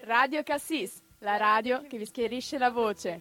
Radio Cassis, la radio che vi schiarisce la voce.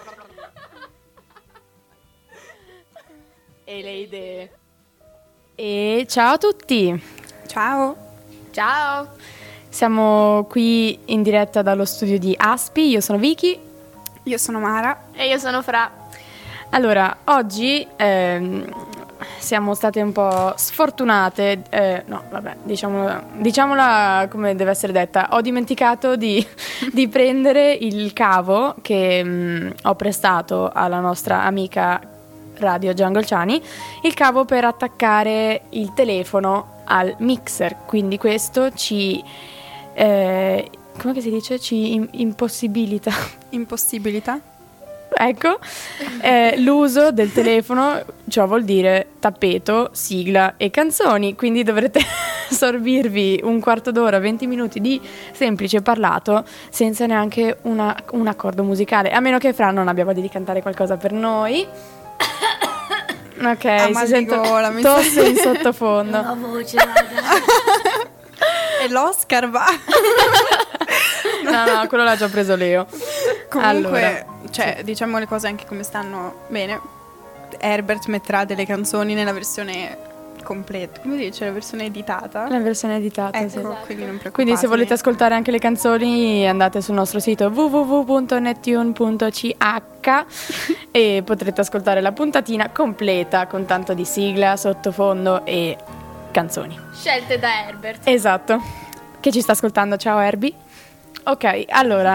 E le idee. E ciao a tutti. Ciao. Ciao. Siamo qui in diretta dallo studio di Aspi. Io sono Vicky. Io sono Mara. E io sono Fra. Allora, oggi siamo state un po' sfortunate, no, vabbè, diciamola come deve essere detta. Ho dimenticato di prendere il cavo che ho prestato alla nostra amica Radio Giangolciani, il cavo per attaccare il telefono al mixer, quindi questo ci, come si dice? Ci impossibilita. Impossibilità? Ecco, l'uso del telefono, ciò vuol dire tappeto, sigla e canzoni, quindi dovrete sorbirvi un quarto d'ora, 20 minuti di semplice parlato senza neanche un accordo musicale, a meno che Fra non abbia voglia di cantare qualcosa per noi. Ok, si sente tosse in sottofondo. La voce, raga. E l'Oscar va. No, quello l'ha già preso Leo. Comunque, allora, sì, diciamo le cose anche come stanno bene. Herbert metterà delle canzoni nella versione completa, come dice, la versione editata. La versione editata, ecco, sì. esatto. Quindi non preoccupatevi. Quindi se volete ascoltare anche le canzoni andate sul nostro sito www.nettune.ch e potrete ascoltare la puntatina completa con tanto di sigla, sottofondo e canzoni. Scelte da Herbert. Esatto. Che ci sta ascoltando. Ciao Herbie. Ok, allora,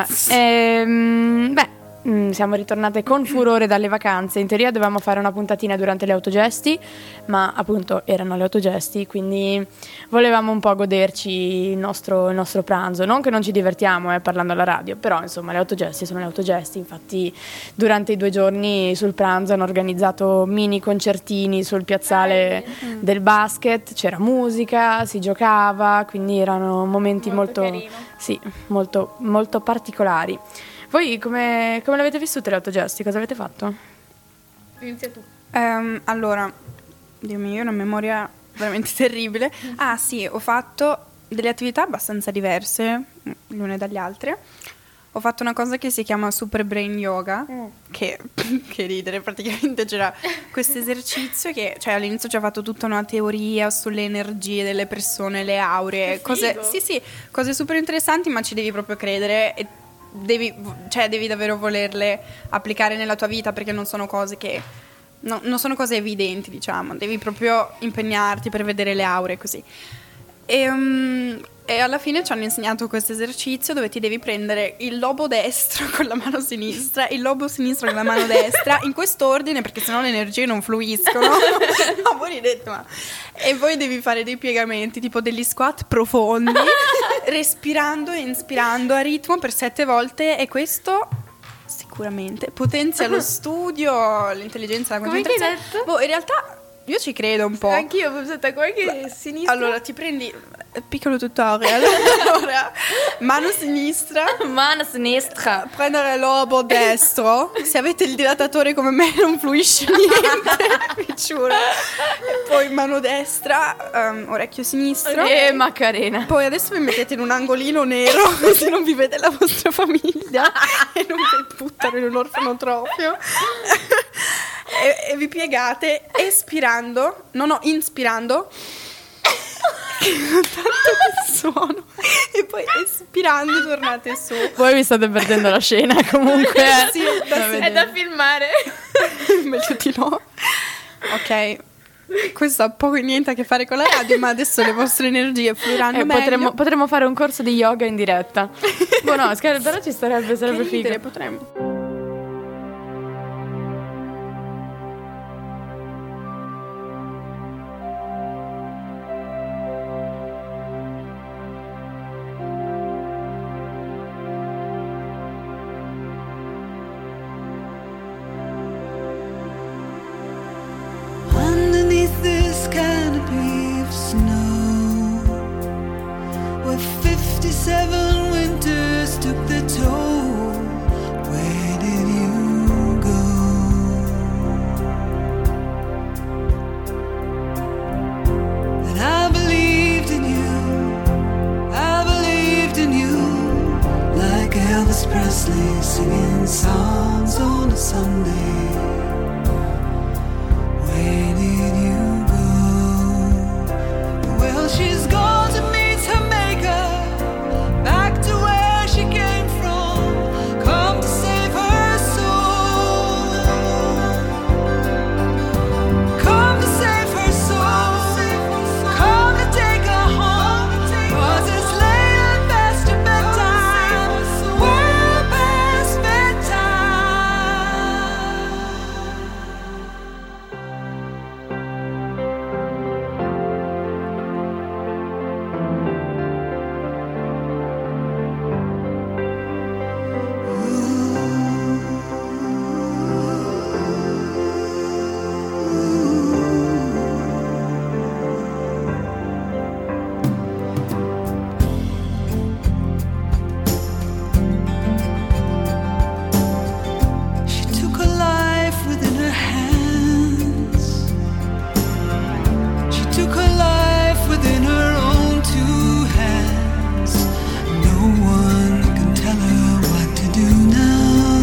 siamo ritornate con furore dalle vacanze. In teoria dovevamo fare una puntatina durante le autogesti, ma appunto erano le autogesti, quindi volevamo un po' goderci il nostro pranzo. Non che non ci divertiamo parlando alla radio, però insomma le autogesti sono le autogesti. Infatti durante i 2 giorni sul pranzo hanno organizzato mini concertini sul piazzale del basket, c'era musica, si giocava, quindi erano momenti molto sì, molto, molto particolari. Voi come l'avete vissute le autogesti? Cosa avete fatto? Inizia tu. Allora, Dio mio, io ho una memoria veramente terribile. Ah sì, ho fatto delle attività abbastanza diverse le une dalle altre. Ho fatto una cosa che si chiama Super Brain Yoga, che ridere, praticamente c'era questo esercizio che, cioè all'inizio ci ha fatto tutta una teoria sulle energie delle persone, le auree, cose, sì, cose super interessanti, ma ci devi proprio credere e devi davvero volerle applicare nella tua vita, perché non sono cose che non sono cose evidenti, diciamo, devi proprio impegnarti per vedere le auree così. E alla fine ci hanno insegnato questo esercizio dove ti devi prendere il lobo destro con la mano sinistra, il lobo sinistro con la mano destra, in quest'ordine, perché sennò le energie non fluiscono. No, voi ridete, ma... E poi devi fare dei piegamenti, tipo degli squat profondi, respirando e inspirando a ritmo per 7 volte, e questo sicuramente potenzia lo studio, l'intelligenza, la concentrazione. Come hai detto? Boh, in realtà io ci credo un po'. Anch'io ho pensato a qualche sinistra. Allora ti prendi, piccolo tutorial. Allora, mano sinistra, prendere il lobo destro. Se avete il dilatatore come me non fluisce niente, vi giuro. E poi mano destra, orecchio sinistro. E Macarena. Poi adesso vi mettete in un angolino nero così non vi vede la vostra famiglia e non vi buttano in un orfanotrofio. E vi piegate espirando, inspirando, tanto che suono, e poi espirando tornate su. Voi vi state perdendo la scena comunque. Sì, è da filmare. Meglio di no. Ok, questo ha poco e niente a che fare con la radio, ma adesso le vostre energie fluiranno meglio. Potremmo fare un corso di yoga in diretta. Boh, no, però ci sarebbe figo. Potremmo. Underneath this canopy of snow, where 57 winters took their toll, where Elvis Presley singing songs on a Sunday. Where did you go? Well, she's gone to meet her maker, back to where she came from, come to save her soul, come to save her soul, come to take her home, 'cause it's late and past your bedtime, well past bedtime. She took her life within her hands. She took her life within her own two hands. No one can tell her what to do now.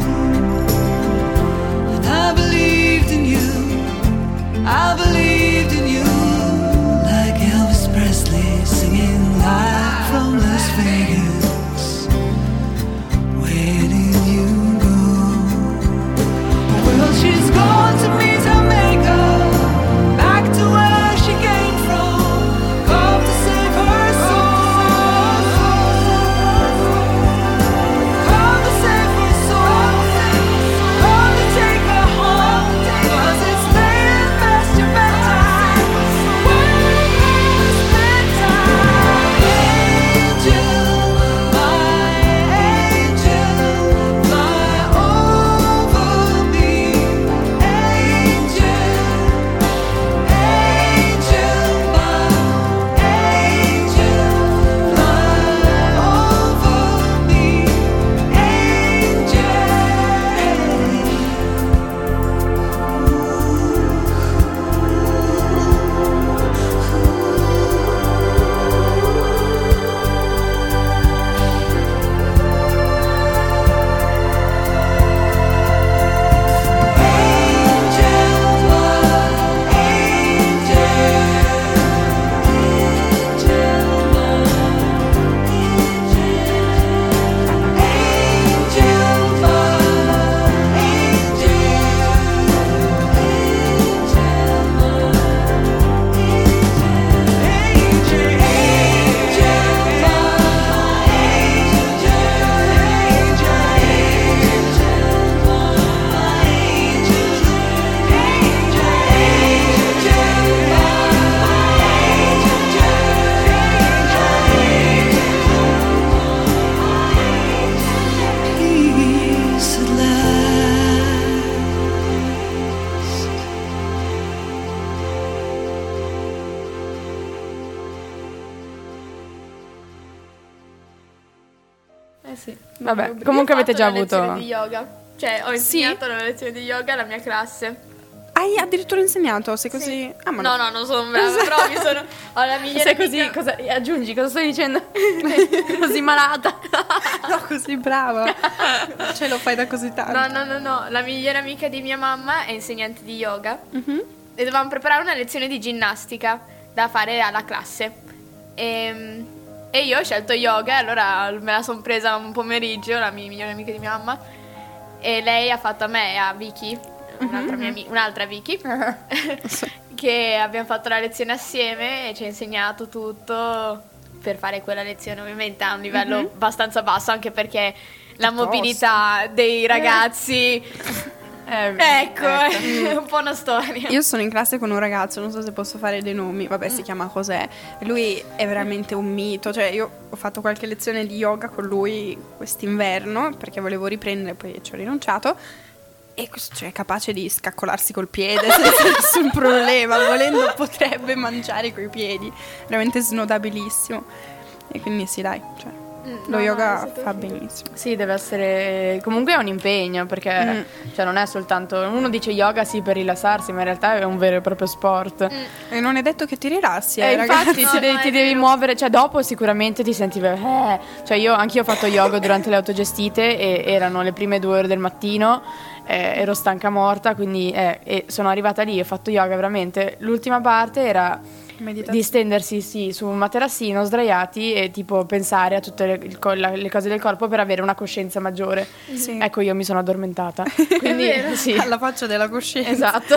And I believed in you. I believed in you. Like Elvis Presley singing live from Las Vegas. Where did you go? Well, she's gone to meet her maker, back to where she came from, come to save her soul, come to save her soul, come to take her home, 'cause it's late and past your bedtime, well past bedtime. Angel, my over me, angel, angel, my over me, peace at last. Eh sì. Vabbè, comunque Io ho avete fatto già una lezione avuto... di yoga. Cioè, ho insegnato una lezione di yoga alla mia classe. Hai addirittura insegnato? Sei così... Sì. Ah, ma No, non sono brava, però mi sono... Ho la migliore Sei così, amica- cosa, aggiungi, cosa stai dicendo? Così malata. No, così brava. Ce lo fai da così tanto. No. La migliore amica di mia mamma è insegnante di yoga. E dovevamo preparare una lezione di ginnastica da fare alla classe. E io ho scelto yoga, allora me la sono presa un pomeriggio, la mia migliore amica di mia mamma. E lei ha fatto a me e a Vicky, un'altra Vicky, che abbiamo fatto la lezione assieme e ci ha insegnato tutto per fare quella lezione, ovviamente a un livello abbastanza basso, anche perché la mobilità dei ragazzi ecco, è un po' una storia. Io sono in classe con un ragazzo, non so se posso fare dei nomi, vabbè, si chiama José. Lui è veramente un mito, cioè io ho fatto qualche lezione di yoga con lui quest'inverno perché volevo riprendere, poi ci ho rinunciato. E questo, cioè, è capace di scaccolarsi col piede senza nessun problema, volendo potrebbe mangiare coi piedi, veramente snodabilissimo. E quindi sì, dai, cioè, Lo no, yoga è stato fa figo. benissimo. Sì, deve essere comunque è un impegno perché cioè non è soltanto uno dice yoga sì per rilassarsi, ma in realtà è un vero e proprio sport. E non è detto che ti rilassi, Infatti ragazzi. No, ti è devi vero. muovere, cioè dopo sicuramente ti senti cioè anch'io ho fatto yoga durante le autogestite e erano le prime 2 ore del mattino, ero stanca morta, quindi e sono arrivata lì e ho fatto yoga veramente. L'ultima parte era di stendersi su un materassino sdraiati e tipo pensare a tutte le cose del corpo per avere una coscienza maggiore. Sì. Ecco, io mi sono addormentata. Quindi sì. Alla faccia della coscienza. Esatto.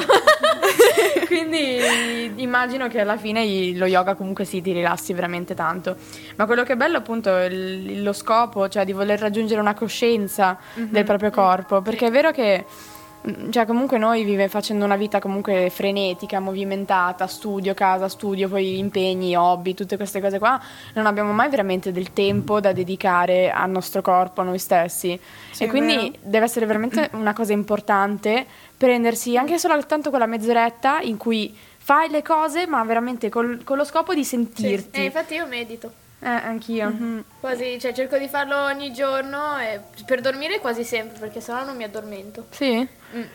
Quindi immagino che alla fine lo yoga comunque sì, ti rilassi veramente tanto. Ma quello che è bello appunto è lo scopo, cioè di voler raggiungere una coscienza del proprio corpo, perché è vero che cioè comunque noi vive facendo una vita comunque frenetica, movimentata, studio, casa, studio, poi impegni, hobby, tutte queste cose qua, non abbiamo mai veramente del tempo da dedicare al nostro corpo, a noi stessi. Sì, e quindi vero. deve essere veramente una cosa importante prendersi anche soltanto quella mezz'oretta in cui fai le cose ma veramente con lo scopo di sentirti. Infatti io medito. Anch'io. Quasi, cioè cerco di farlo ogni giorno e per dormire quasi sempre, perché sennò non mi addormento. Sì?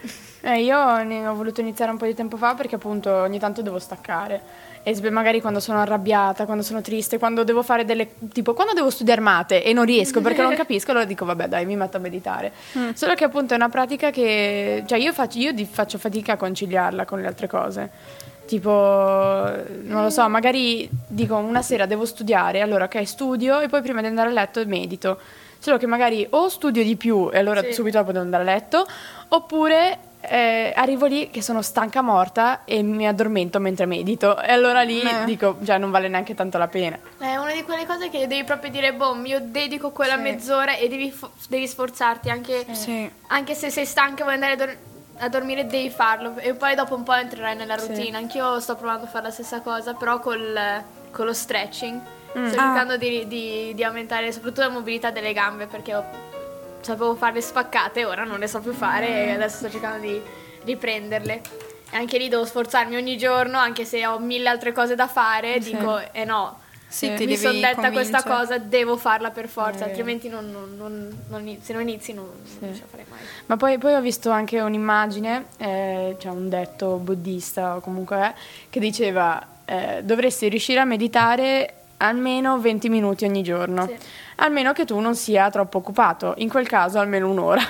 Io ne ho voluto iniziare un po' di tempo fa perché appunto ogni tanto devo staccare e magari quando sono arrabbiata, quando sono triste, quando devo fare tipo quando devo studiare mate e non riesco perché non capisco, allora dico vabbè dai, mi metto a meditare. Solo che appunto è una pratica che cioè io faccio fatica a conciliarla con le altre cose. Tipo, non lo so, magari dico una sera devo studiare, allora ok, studio e poi prima di andare a letto medito. Solo che magari o studio di più e allora Sì. subito dopo devo andare a letto, oppure arrivo lì che sono stanca morta e mi addormento mentre medito. E allora lì dico, cioè non vale neanche tanto la pena. È una di quelle cose che devi proprio dire, boh, io dedico quella mezz'ora e devi sforzarti anche, Sì. anche se sei stanca e vuoi andare a dormire, devi farlo. E poi dopo un po' entrerai nella Sì. routine. Anch'io sto provando a fare la stessa cosa, però con lo stretching. Sto cercando di aumentare soprattutto la mobilità delle gambe, perché sapevo farle spaccate, ora non le so più fare e adesso sto cercando di riprenderle. E anche lì devo sforzarmi ogni giorno, anche se ho 1000 altre cose da fare, dico, no. Sì, Sì. ti Mi devi sono detta questa convincere. cosa, devo farla per forza, altrimenti se non inizi non ce la farei mai. Ma poi ho visto anche un'immagine, cioè un detto buddista o comunque che diceva dovresti riuscire a meditare almeno 20 minuti ogni giorno, Sì. almeno che tu non sia troppo occupato, in quel caso almeno un'ora.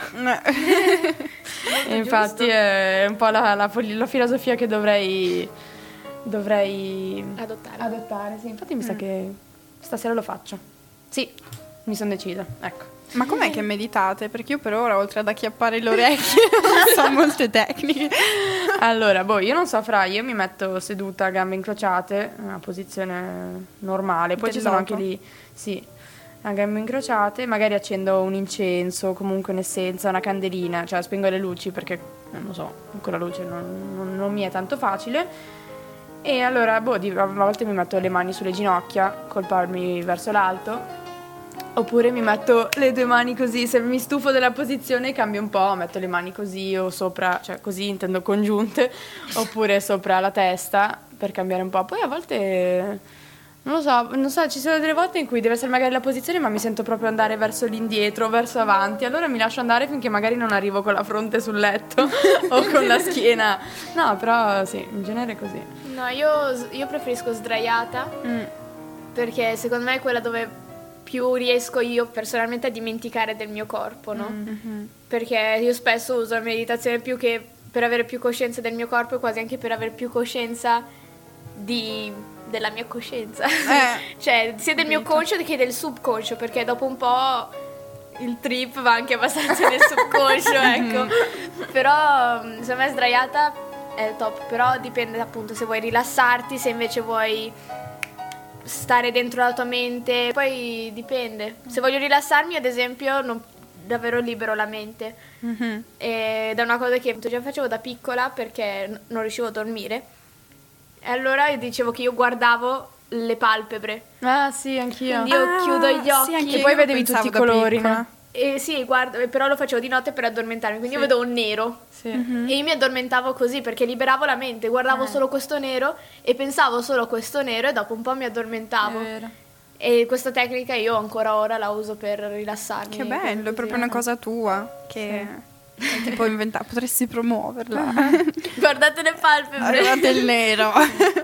E infatti è un po' la filosofia che dovrei adottare, sì. Infatti mi sa che stasera lo faccio. Sì, mi sono decisa, ecco. Ma com'è che meditate? Perché io per ora, oltre ad acchiappare le orecchie, non so molte tecniche. Allora, io non so, io mi metto seduta, gambe incrociate, una posizione normale, poi ci sono anche lì, sì, a gambe incrociate, magari accendo un incenso, comunque un'essenza, una candelina, cioè spengo le luci perché, non lo so, con la luce non mi è tanto facile. E allora, a volte mi metto le mani sulle ginocchia, col palmi verso l'alto, oppure mi metto le 2 mani così, se mi stufo della posizione cambio un po', metto le mani così o sopra, cioè così intendo congiunte, oppure sopra la testa per cambiare un po'. Poi a volte, non so, ci sono delle volte in cui deve essere magari la posizione ma mi sento proprio andare verso l'indietro, verso avanti, allora mi lascio andare finché magari non arrivo con la fronte sul letto o con la schiena. No, però sì, in genere è così. No, io preferisco sdraiata, perché secondo me è quella dove più riesco io personalmente a dimenticare del mio corpo, no? Perché io spesso uso la meditazione più che per avere più coscienza del mio corpo e quasi anche per avere più coscienza della mia coscienza. Cioè, sia del mio conscio che del subconscio, perché dopo un po' il trip va anche abbastanza nel subconscio, ecco. Però, secondo me sdraiata è top, però dipende appunto se vuoi rilassarti, se invece vuoi stare dentro la tua mente, poi dipende. Se voglio rilassarmi, ad esempio, davvero libero la mente. Ed è una cosa che già facevo da piccola perché non riuscivo a dormire. E allora io dicevo che io guardavo le palpebre. Ah sì, anch'io. Quindi io chiudo gli occhi. Sì, anche E poi io vedevi pensavo tutti i da colori, piccola. no? E sì, guardo, però lo facevo di notte per addormentarmi, quindi io vedo un nero. Sì. E io mi addormentavo così perché liberavo la mente, guardavo solo questo nero e pensavo solo a questo nero e dopo un po' mi addormentavo. È vero. E questa tecnica io ancora ora la uso per rilassarmi. Che bello, è proprio una cosa tua che tipo inventare, potresti promuoverla. Guardate le palpebre. Arrivate il nero.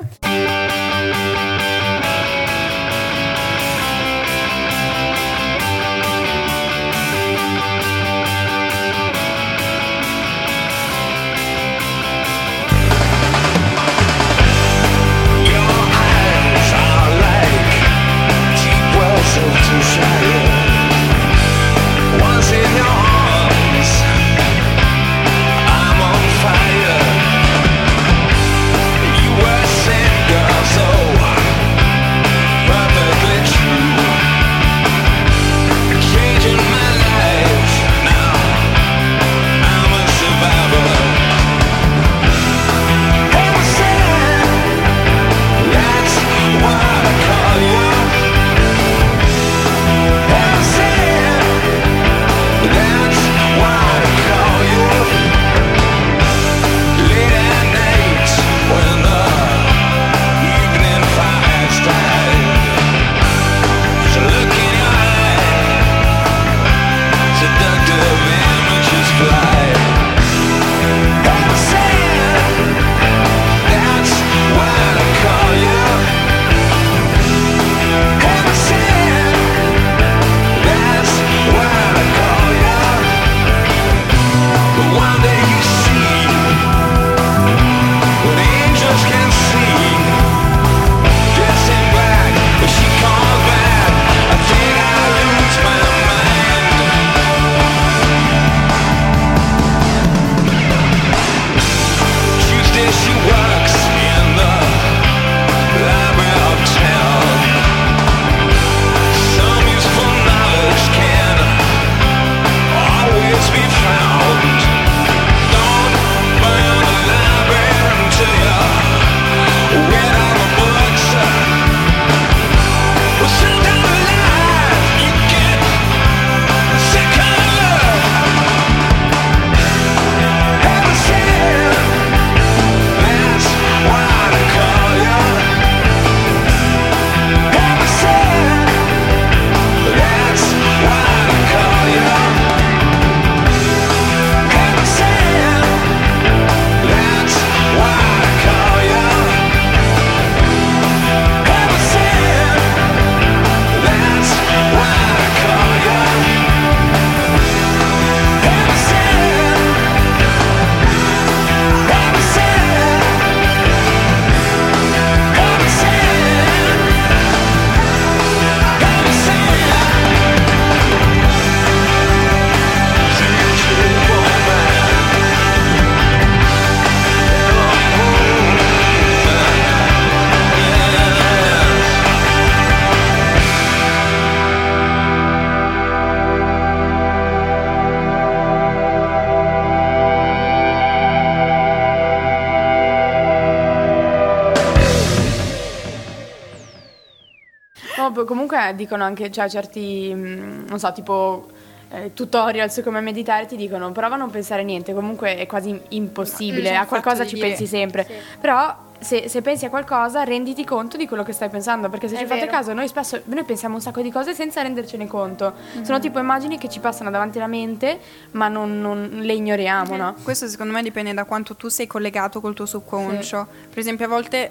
Comunque dicono anche, cioè certi, non so, tipo tutorial su come meditare ti dicono prova a non pensare a niente, comunque è quasi impossibile, a qualcosa ci pensi sempre, sì. Però se pensi a qualcosa renditi conto di quello che stai pensando, perché se ci fate caso noi pensiamo un sacco di cose senza rendercene conto, sono tipo immagini che ci passano davanti alla mente ma non le ignoriamo, no? Questo secondo me dipende da quanto tu sei collegato col tuo subconscio, sì. Per esempio a volte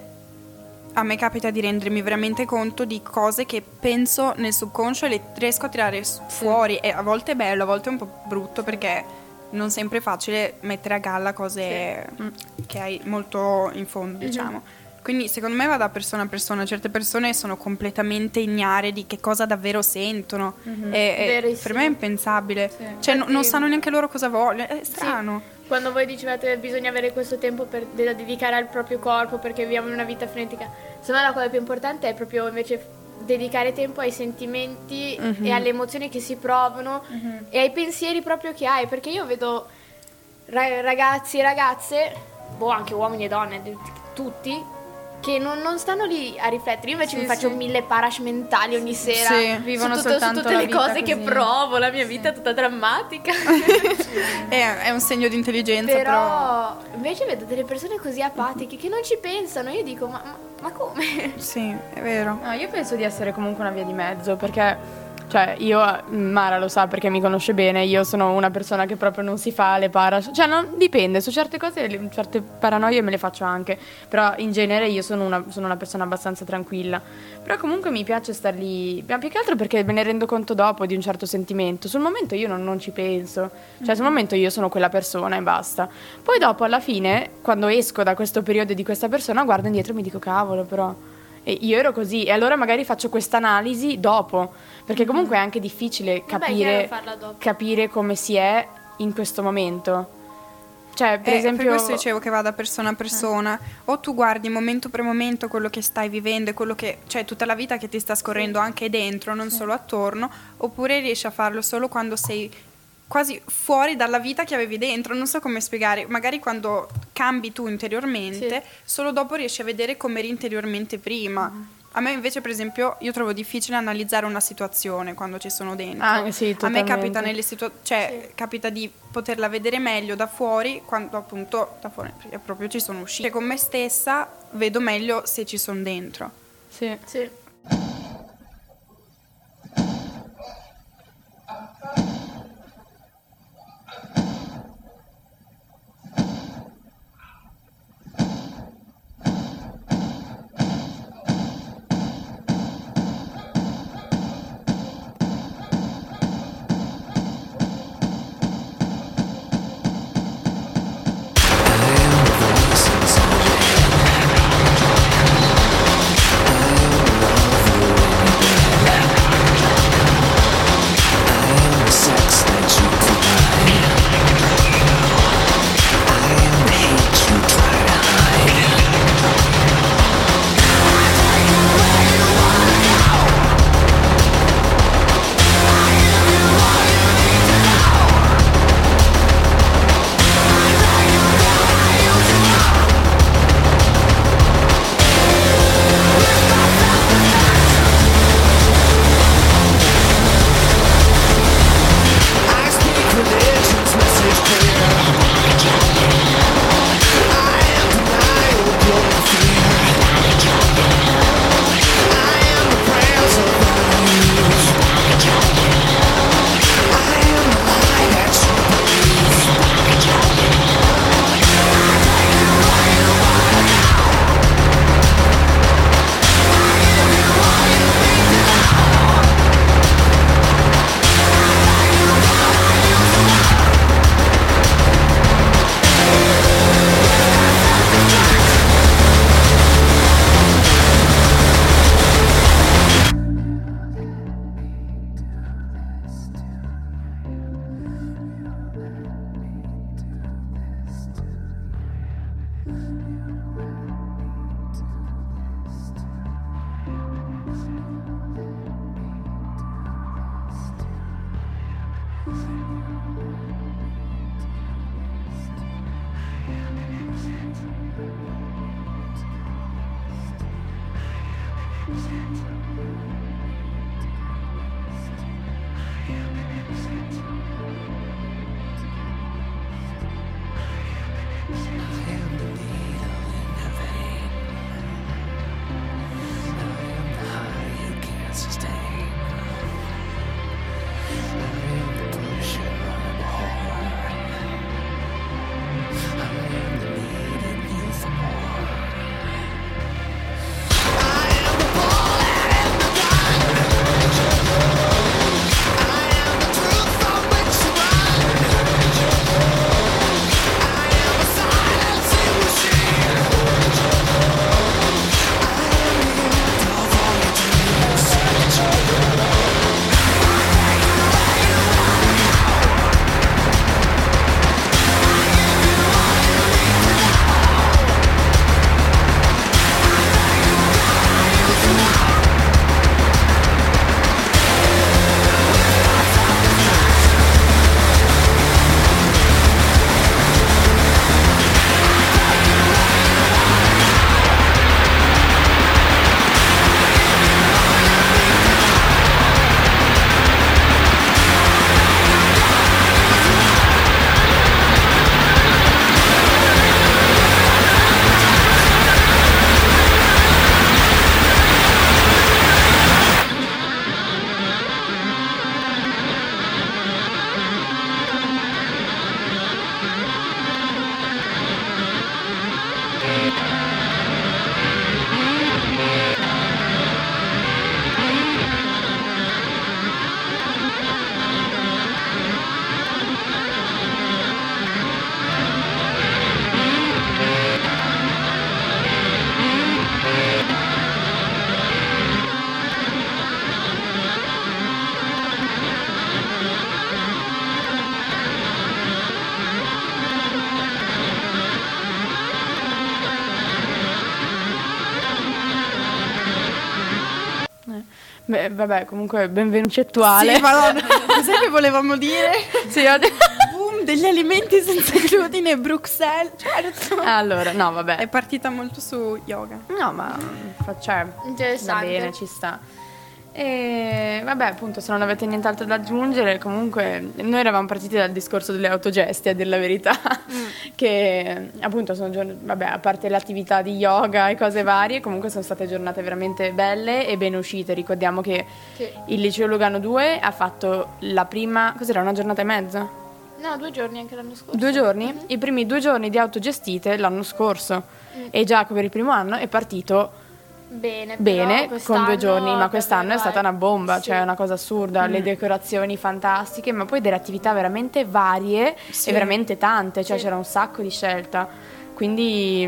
a me capita di rendermi veramente conto di cose che penso nel subconscio e le riesco a tirare fuori, e a volte è bello, a volte è un po' brutto perché non sempre è facile mettere a galla cose che hai molto in fondo, diciamo. Quindi secondo me va da persona a persona, certe persone sono completamente ignare di che cosa davvero sentono, e per me è impensabile, cioè non sanno neanche loro cosa vogliono, è strano. Sì. Quando voi dicevate che bisogna avere questo tempo da dedicare al proprio corpo perché viviamo in una vita frenetica, secondo me la cosa più importante è proprio invece dedicare tempo ai sentimenti e alle emozioni che si provano e ai pensieri proprio che hai, perché io vedo ragazzi e ragazze, anche uomini e donne, tutti, che non stanno lì a riflettere. Io invece mi faccio 1000 parash mentali ogni sera, vivono su soltanto tutte la le vita cose così. che provo, la mia vita è tutta drammatica. È un segno di intelligenza, però invece vedo delle persone così apatiche che non ci pensano. Io dico ma Ma come? Sì, è vero. No, io penso di essere comunque una via di mezzo, perché cioè io, Mara lo sa perché mi conosce bene, io sono una persona che proprio non si fa le cioè non, dipende, su certe cose, certe paranoie me le faccio anche, però in genere io sono una persona abbastanza tranquilla, però comunque mi piace star lì, ma più che altro perché me ne rendo conto dopo di un certo sentimento, sul momento io non ci penso, cioè sul momento io sono quella persona e basta, poi dopo alla fine quando esco da questo periodo di questa persona guardo indietro e mi dico cavolo però... E io ero così e allora magari faccio questa analisi dopo, perché comunque è anche difficile chiaro, farla dopo. capire come si è in questo momento. Cioè, per esempio, per questo dicevo che va da persona a persona. O tu guardi momento per momento quello che stai vivendo e quello che, cioè tutta la vita che ti sta scorrendo anche dentro, non solo attorno, oppure riesci a farlo solo quando sei quasi fuori dalla vita che avevi dentro, non so come spiegare, magari quando cambi tu interiormente, solo dopo riesci a vedere come eri interiormente prima. A me invece, per esempio, io trovo difficile analizzare una situazione quando ci sono dentro. Sì, a me capita nelle capita di poterla vedere meglio da fuori, quando appunto da fuori perché proprio ci sono uscite. Con me stessa vedo meglio se ci sono dentro. Sì. I am the needing you for more. Beh, vabbè, comunque benvenucettuale. Sì, madonna, cos'è che volevamo dire? Sì, Boom, degli alimenti senza glutine, Bruxelles, certo. allora, no, vabbè. È partita molto su yoga. No, ma cioè, va Interessante. bene, ci sta. E vabbè, appunto, se non avete nient'altro da aggiungere, comunque noi eravamo partiti dal discorso delle autogesti, a dir la verità, che appunto sono vabbè, a parte l'attività di yoga e cose varie, comunque sono state giornate veramente belle e ben uscite. Ricordiamo che Sì. il Liceo Lugano 2 ha fatto la prima, cos'era, una giornata e mezza? No, 2 giorni anche l'anno scorso. 2 giorni? I primi 2 giorni di autogestite l'anno scorso e già per il primo anno è partito Bene, bene però con 2 giorni, ma davvero quest'anno è stata una bomba, sì. cioè una cosa assurda, le decorazioni fantastiche, ma poi delle attività veramente varie Sì. e veramente tante, cioè Sì. c'era un sacco di scelta. Quindi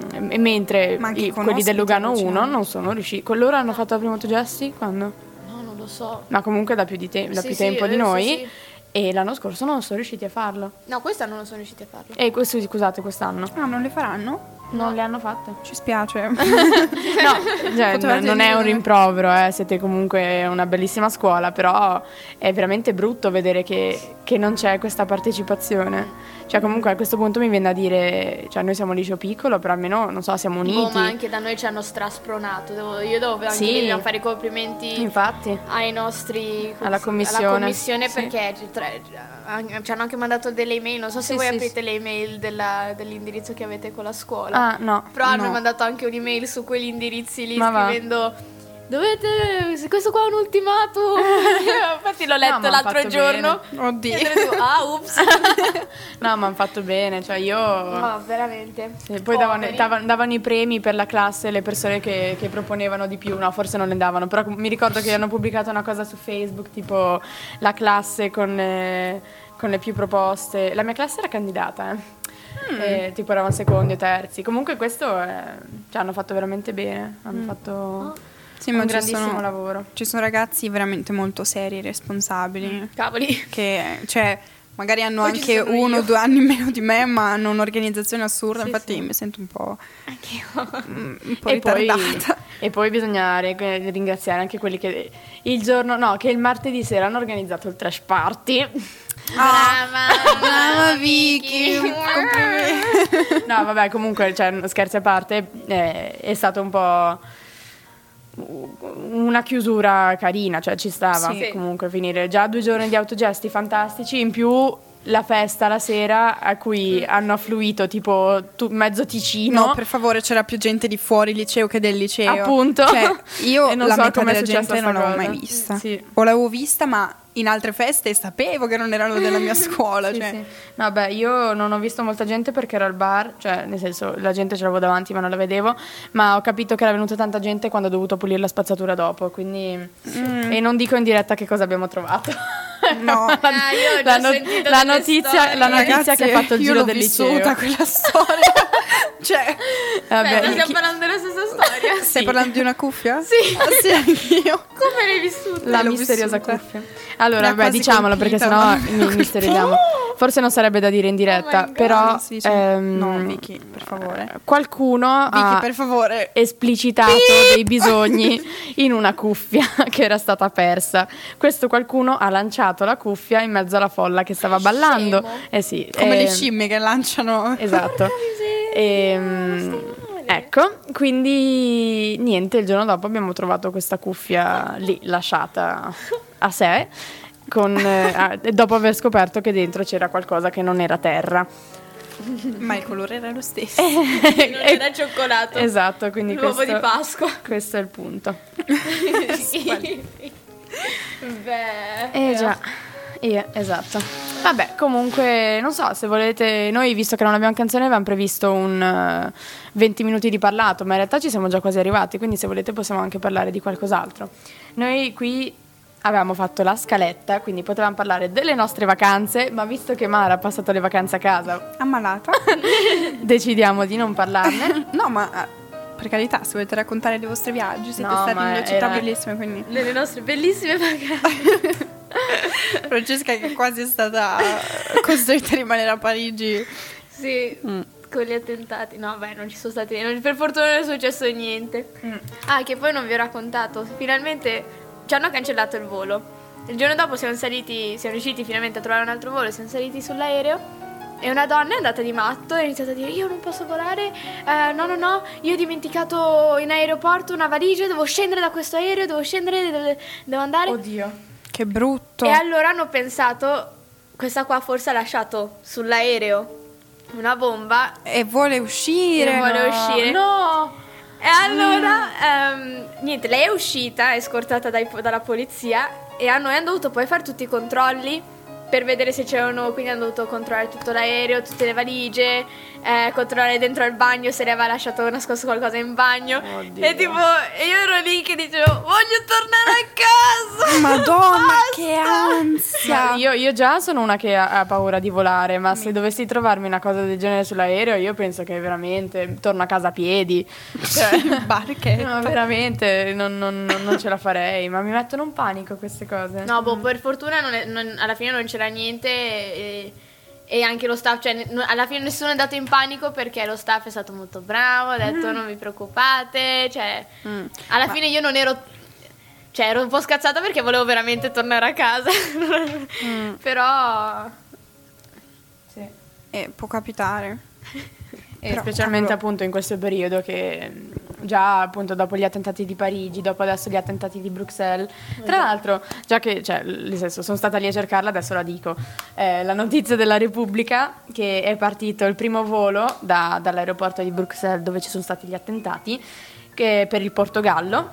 mentre Ma anche con quelli del ospiti Lugano 1 allucinanti. non sono riusciti. Con loro hanno fatto la prima autogesti quando? No, non lo so. Ma comunque da più, da Sì, più sì, tempo di sì, noi. sì. E l'anno scorso non sono riusciti a farlo. No, quest'anno non sono riusciti a farlo. E questo, scusate, quest'anno Ah, non le faranno? non le hanno fatte. Ci spiace. No, cioè, Potevate non è un dire. rimprovero, siete comunque una bellissima scuola, però è veramente brutto vedere che non c'è questa partecipazione. Cioè comunque a questo punto mi viene da dire, cioè noi siamo un liceo piccolo, però almeno, non so, siamo uniti. Ma anche da noi ci hanno straspronato. Io devo anche Sì. dobbiamo fare i complimenti Infatti, ai nostri Alla commissione. alla commissione Sì. perché ci hanno anche mandato delle email. Non so se Sì, voi sì, aprite le email dell'indirizzo che avete con la scuola. ah no, Però hanno No. mandato anche un'email su quegli indirizzi lì Ma va. scrivendo se questo qua è un ultimatum. Infatti l'ho letto ma han l'altro fatto giorno. Oddio. E dico, ups. no, ma hanno fatto bene, cioè io... No, veramente. Sì, poi Poveri. davano i premi per la classe le persone che proponevano di più, no, forse non ne davano, però mi ricordo che hanno pubblicato una cosa su Facebook, tipo la classe con le più proposte. La mia classe era candidata, tipo eravamo secondi o terzi. Comunque questo cioè, hanno fatto veramente bene, hanno fatto Sì, un ma grandissimo lavoro. ci sono ragazzi veramente molto seri e responsabili. Cavoli. Che, cioè, magari hanno Poi ci anche sono 1 o io. 2 anni meno di me, ma hanno un'organizzazione assurda. Sì, Infatti sì. mi sento un po' Anch'io. un po' ritardata. E poi bisogna ringraziare anche quelli che che il martedì sera hanno organizzato il trash party. Brava Vicky. Complimenti. No, vabbè, comunque, cioè, scherzi a parte, è stato un po' una chiusura carina, cioè ci stava Sì. comunque finire. Già 2 giorni di autogesti fantastici, in più la festa la sera a cui hanno affluito tipo mezzo Ticino. No, per favore, c'era più gente di fuori liceo che del liceo. Appunto. Cioè, io E non la so metà com'è della successa gente non sta l'avevo cosa. mai vista. Sì. O l'avevo vista, ma in altre feste sapevo che non erano della mia scuola. Sì, cioè. sì. No, beh, io non ho visto molta gente perché ero al bar, cioè nel senso la gente ce l'avevo davanti ma non la vedevo, ma ho capito che era venuta tanta gente quando ho dovuto pulire la spazzatura dopo, quindi e non dico in diretta che cosa abbiamo trovato. No. io ho già sentito la delle notizia, storie. la notizia che ha fatto il io giro l'ho del vissuta liceo. quella storia. Cioè, Vabbè, Stiamo chi- parlando della stessa storia. stai parlando di una cuffia? Sì. Ah, sì, anch'io. Come l'hai vissuta? la l'ho misteriosa vissuta. cuffia. Allora, Mi ha vabbè, quasi diciamolo perché colpita, sennò ma- mi misterizziamo. Forse non sarebbe da dire in diretta, Oh my God. però Sì, sì. No, Vicky, per favore. qualcuno Vicky, ha per favore. esplicitato dei bisogni in una cuffia che era stata persa. Questo qualcuno ha lanciato la cuffia in mezzo alla folla che stava ballando. Scemo. Eh sì, Come le scimmie che lanciano. Esatto. Ecco, quindi niente, il giorno dopo abbiamo trovato questa cuffia lì lasciata a sé. Dopo aver scoperto che dentro c'era qualcosa che non era terra. Ma il colore era lo stesso. Non era cioccolato. Esatto, quindi L'uovo questo, di Pasqua. questo è il punto. Beh. Già, esatto. Vabbè, comunque, non so, se volete, noi visto che non abbiamo canzone avevamo previsto un 20 minuti di parlato, ma in realtà ci siamo già quasi arrivati, quindi se volete possiamo anche parlare di qualcos'altro. Noi qui avevamo fatto la scaletta, quindi potevamo parlare delle nostre vacanze, ma visto che Mara ha passato le vacanze a casa, Ammalata? decidiamo di non parlarne. No, ma per carità, se volete raccontare dei vostri viaggi, siete No, stati ma in due città era- bellissime, quindi Nelle nostre bellissime vacanze. Francesca che quasi è stata costretta a rimanere a Parigi. Sì, con gli attentati. No, beh, non ci sono stati. Per fortuna non è successo niente. Ah, che poi non vi ho raccontato. Finalmente ci hanno cancellato il volo. Il giorno dopo siamo riusciti finalmente a trovare un altro volo, siamo saliti sull'aereo e una donna è andata di matto e ha iniziato a dire: io non posso volare, no, io ho dimenticato in aeroporto una valigia, devo scendere da questo aereo, devo andare. Oddio. Che brutto. E allora hanno pensato, questa qua forse ha lasciato sull'aereo una bomba E vuole uscire. No! e allora niente, lei è uscita, è scortata dalla polizia e a noi hanno dovuto poi fare tutti i controlli per vedere se c'erano, quindi hanno dovuto controllare tutto l'aereo, tutte le valigie, controllare dentro al bagno se le aveva lasciato nascosto qualcosa in bagno. Oddio. E tipo, e io ero lì che dicevo: voglio tornare a casa. Madonna, Basta! che ansia. Io già sono una che ha paura di volare, ma se dovessi trovarmi una cosa del genere sull'aereo, io penso che veramente torno a casa a piedi. Cioè, Barchetto. no, veramente non ce la farei, ma mi mettono un panico queste cose. No, boh, per fortuna alla fine non c'era niente e anche lo staff, cioè alla fine nessuno è andato in panico perché lo staff è stato molto bravo, ha detto non vi preoccupate, cioè alla fine io non ero, cioè ero un po' scazzata perché volevo veramente tornare a casa, però sì. Può capitare. E Però, specialmente cavolo. appunto in questo periodo che già appunto dopo gli attentati di Parigi, dopo adesso gli attentati di Bruxelles, tra l'altro già che cioè nel senso sono stata lì a cercarla, adesso la dico, la notizia della Repubblica che è partito il primo volo dall'aeroporto di Bruxelles dove ci sono stati gli attentati che per il Portogallo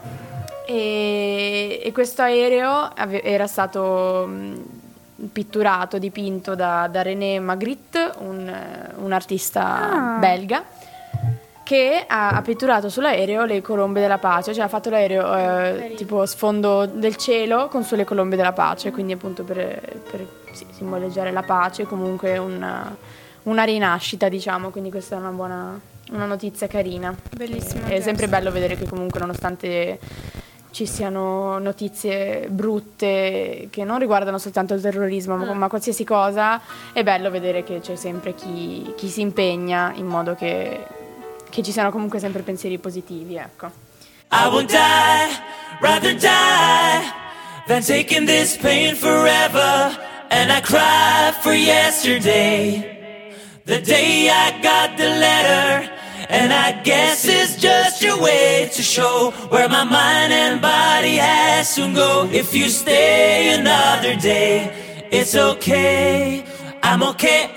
e questo aereo era stato pitturato, dipinto da René Magritte, un artista belga che ha pitturato sull'aereo le colombe della pace, cioè ha fatto l'aereo tipo sfondo del cielo con sulle colombe della pace, quindi appunto per simboleggiare la pace, comunque una rinascita, diciamo, quindi questa è una notizia carina. Bellissimo. È sempre bello vedere che comunque nonostante ci siano notizie brutte che non riguardano soltanto il terrorismo, ma qualsiasi cosa, è bello vedere che c'è sempre chi si impegna in modo che ci siano comunque sempre pensieri positivi, ecco. I will die, rather die than taking this pain forever. And I cry for yesterday, the day I got the letter. And I guess it's just your way to show where my mind and body has to go. If you stay another day, it's okay, I'm okay.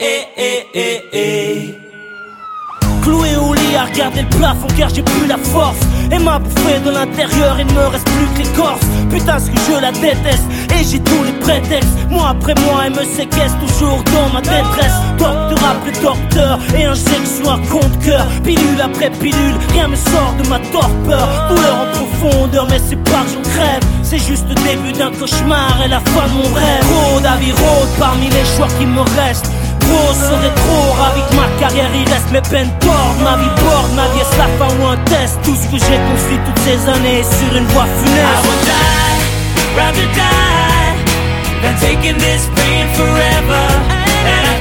Cloué au lit à regarder le plafond car j'ai plus la force. Et m'a bouffé de l'intérieur, il ne me reste plus que l'écorce. Putain ce que je la déteste et j'ai tous les prétextes. Mois après mois elle me séquestre toujours dans ma détresse. Docteur après docteur et injection à compte-cœur. Pilule après pilule, rien me sort de ma torpeur. Douleur en profondeur mais c'est pas que j'en crève. C'est juste le début d'un cauchemar et la fin de mon rêve. Trop d'avis rôdent parmi les choix qui me restent. Trop serait trop ravi que ma carrière y reste. Mes peines tordent, ma vie borde, ma vie est la fin ou un test. Tout ce que j'ai construit toutes ces années sur une voie funeste. I will die, rather die than taking this pain forever. And I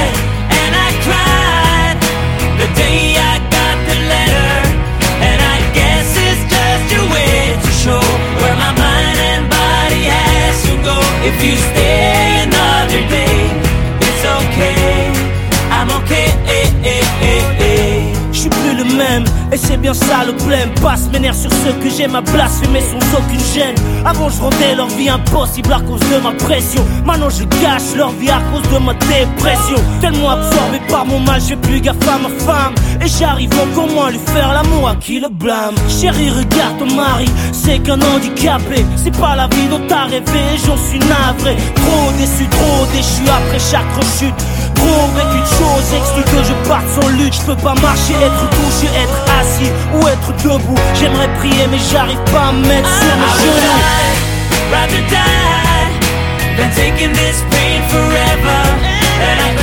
cried the day I got the letter. And I guess it's just your way to show where my mind and body has to go. If you stay another day, it's okay, I'm okay. Je suis plus le même, et c'est bien ça le problème. Passe mes nerfs sur ceux que j'aime à blasphémer sans aucune gêne. Avant je rendais leur vie impossible à cause de ma pression. Maintenant je gâche leur vie à cause de ma dépression. Tellement absorbé par mon mal, j'ai plus gaffe à ma femme. Et j'arrive encore moins à lui faire l'amour, à qui le blâme. Chérie regarde ton mari, c'est qu'un handicapé. C'est pas la vie dont t'as rêvé, j'en suis navré. Trop déçu après chaque rechute. Trop vécu de choses, exclu que je parte sans lutte. Je peux pas marcher, être couché, être assis ou être debout. J'aimerais prier mais j'arrive pas à me mettre sur mes genoux. Rather die than taking this pain forever. And I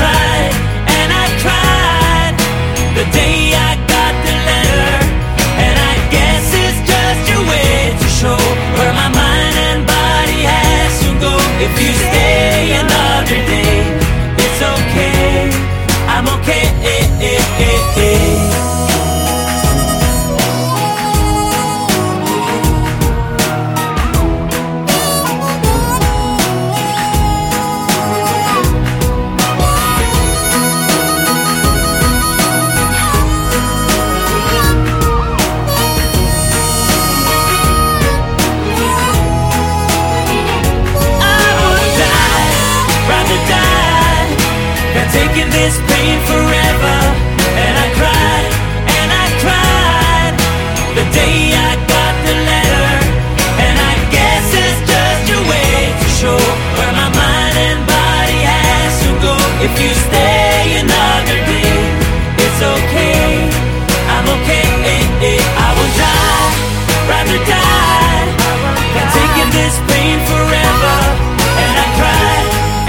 cried the day I got the letter. And I guess it's just your way to show where my mind and body has to go. If you stay another day, it's okay, I'm okay. taking this pain forever. And I cried, the day I got the letter. And I guess it's just a way to show where my mind and body has to go. If you stay another day, it's okay, I'm okay. I will die, rather die than taking this pain forever. And I cried,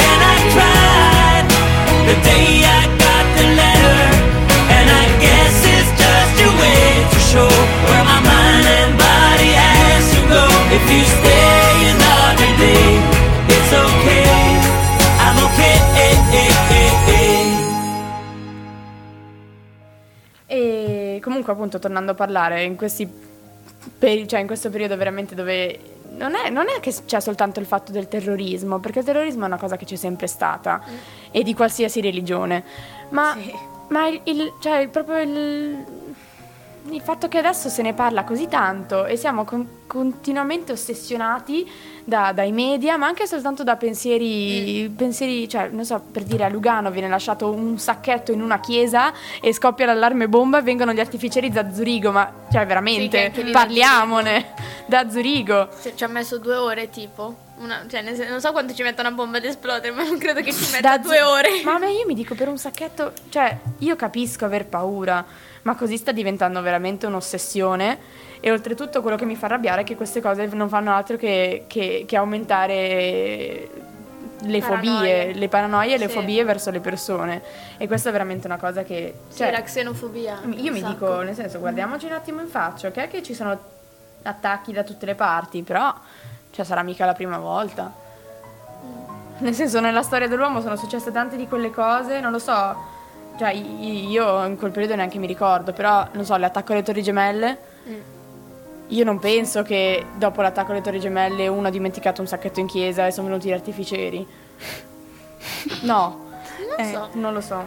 the day I got the letter. And I guess it's just a way to show where my mind and body has to go. If you stay another day, it's okay, I'm okay. E comunque appunto tornando a parlare in questi in questo periodo veramente dove non è che c'è soltanto il fatto del terrorismo, perché il terrorismo è una cosa che c'è sempre stata e di qualsiasi religione, ma proprio il fatto che adesso se ne parla così tanto e siamo continuamente ossessionati dai media, ma anche soltanto da pensieri, cioè non so, per dire a Lugano viene lasciato un sacchetto in una chiesa e scoppia l'allarme bomba e vengono gli artificieri da Zurigo, ma cioè veramente parliamone da Zurigo. Ci ha messo 2 ore tipo. Non so quanto ci mette una bomba ad esplodere, ma non credo che ci metta 2 ore. Ma io mi dico, per un sacchetto, cioè io capisco aver paura, ma così sta diventando veramente un'ossessione. E oltretutto quello che mi fa arrabbiare è che queste cose non fanno altro che aumentare le fobie, le paranoie e le fobie verso le persone. E questa è veramente una cosa che... Cioè, la xenofobia. Io mi dico, nel senso, guardiamoci un attimo in faccia, ok che ci sono attacchi da tutte le parti, però cioè sarà mica la prima volta. Nel senso, nella storia dell'uomo sono successe tante di quelle cose, non lo so, cioè io in quel periodo neanche mi ricordo, però non so, l'attacco alle Torri Gemelle, io non penso che dopo l'attacco alle Torri Gemelle uno ha dimenticato un sacchetto in chiesa e sono venuti gli artificieri. No, non lo so.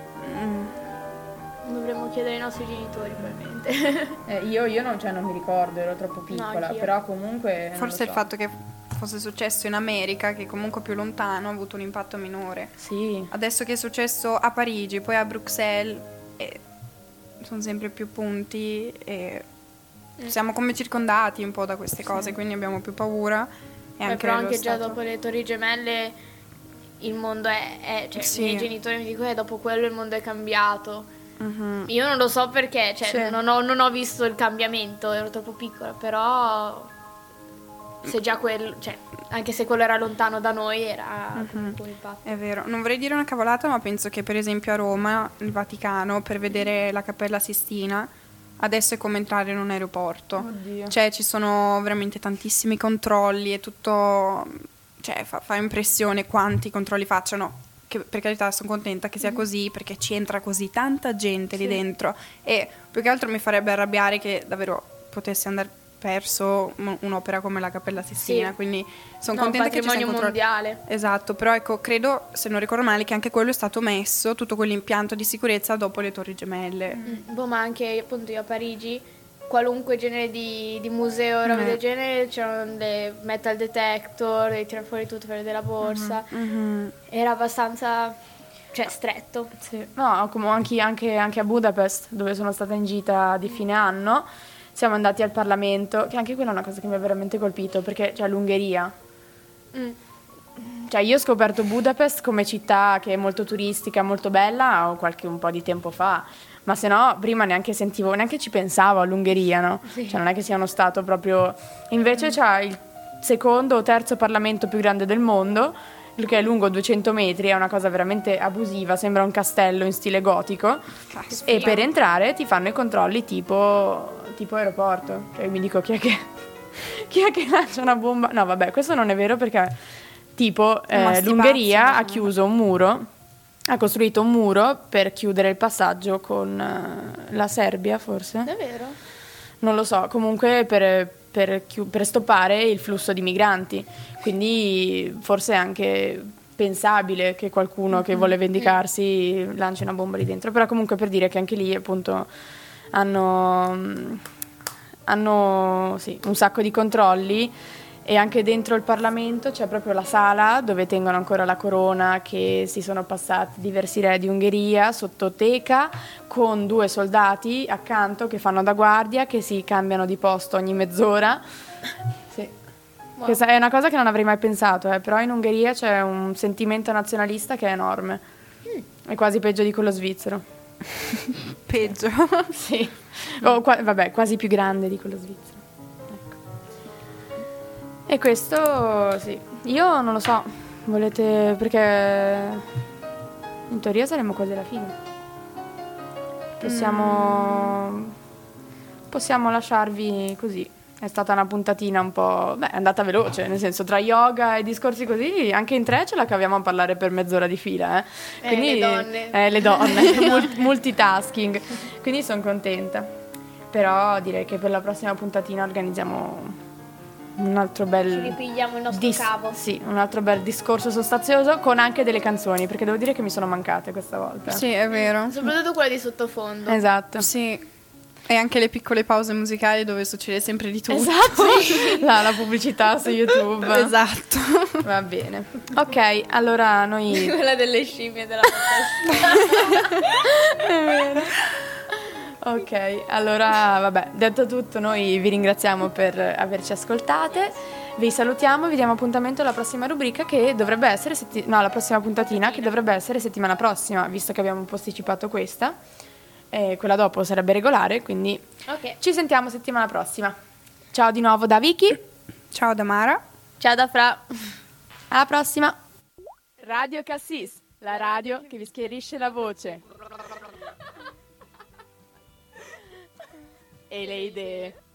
Dovremmo chiedere ai nostri genitori probabilmente. Io non mi ricordo, ero troppo piccola, però comunque forse il fatto che fosse successo in America, che comunque più lontano, ha avuto un impatto minore. Sì. Adesso che è successo a Parigi, poi a Bruxelles, sono sempre più punti e siamo come circondati un po' da queste cose, quindi abbiamo più paura. E però anche già dopo le Torri Gemelle il mondo è cioè i miei genitori mi dicono dopo quello il mondo è cambiato. Io non lo so perché, cioè non ho visto il cambiamento, ero troppo piccola, però se già quello, cioè anche se quello era lontano da noi era comunque un impatto. È vero, non vorrei dire una cavolata, ma penso che per esempio a Roma, il Vaticano, per vedere la Cappella Sistina adesso è come entrare in un aeroporto. Oddio. Cioè ci sono veramente tantissimi controlli e tutto, cioè fa impressione quanti controlli facciano. Che per carità sono contenta che sia così, perché ci entra così tanta gente lì dentro, e più che altro mi farebbe arrabbiare che davvero potesse andare perso un'opera come la Cappella Sistina, quindi sono contenta che ci sia un mondiale. Esatto, però ecco, credo, se non ricordo male, che anche quello è stato messo, tutto quell'impianto di sicurezza dopo le Torri Gemelle. Ma anche appunto io a Parigi qualunque genere di museo roba del genere, c'erano dei metal detector, devi tirare fuori tutto per vedere la borsa. Era abbastanza stretto. Sì. No, come anche a Budapest, dove sono stata in gita di fine anno, siamo andati al Parlamento, che anche quella è una cosa che mi ha veramente colpito, perché l'Ungheria. Cioè io ho scoperto Budapest come città che è molto turistica, molto bella, un po' di tempo fa. Ma se no, prima neanche ci pensavo all'Ungheria, no? Sì. Cioè non è che sia uno stato proprio... Invece c'ha il secondo o terzo Parlamento più grande del mondo, che è lungo 200 metri, è una cosa veramente abusiva, sembra un castello in stile gotico. E per entrare ti fanno i controlli tipo aeroporto. Cioè mi dico chi è che lancia una bomba? No vabbè, questo non è vero perché tipo l'Ungheria ha chiuso un muro. Ha costruito un muro per chiudere il passaggio con la Serbia, forse? È vero? Non lo so, comunque per stoppare il flusso di migranti. Quindi forse è anche pensabile che qualcuno che vuole vendicarsi lanci una bomba lì dentro. Però comunque per dire che anche lì appunto hanno un sacco di controlli e anche dentro il Parlamento c'è proprio la sala dove tengono ancora la corona, che si sono passati diversi re di Ungheria, sottoteca, con 2 soldati accanto che fanno da guardia, che si cambiano di posto ogni mezz'ora. Sì. Wow. Questa è una cosa che non avrei mai pensato, però in Ungheria c'è un sentimento nazionalista che è enorme, è quasi peggio di quello svizzero. Peggio. Sì, vabbè, quasi più grande di quello svizzero. E questo, sì, io non lo so, volete, perché in teoria saremo quasi alla fine. Possiamo lasciarvi così. È stata una puntatina un po', è andata veloce, nel senso, tra yoga e discorsi così, anche in 3 ce la caviamo a parlare per mezz'ora di fila, Quindi, le donne, multitasking, quindi sono contenta. Però direi che per la prossima puntatina organizziamo un altro bel... Ci ripigliamo il nostro cavo. Sì, un altro bel discorso sostanzioso con anche delle canzoni, perché devo dire che mi sono mancate questa volta. Sì, è vero. Soprattutto quella di sottofondo. Esatto. Sì. E anche le piccole pause musicali dove succede sempre di tutto. Esatto. La pubblicità su YouTube. Esatto. Va bene. Ok, allora noi... Quella delle scimmie della È vero. Ok, allora vabbè, detto tutto, noi vi ringraziamo per averci ascoltate, vi salutiamo, vi diamo appuntamento alla prossima rubrica che dovrebbe essere, la prossima puntatina che dovrebbe essere settimana prossima, visto che abbiamo posticipato questa, e quella dopo sarebbe regolare, quindi ci sentiamo settimana prossima. Ciao di nuovo da Vicky. Ciao da Mara. Ciao da Fra. Alla prossima. Radio Cassis, la radio che vi schiarisce la voce. E le idee.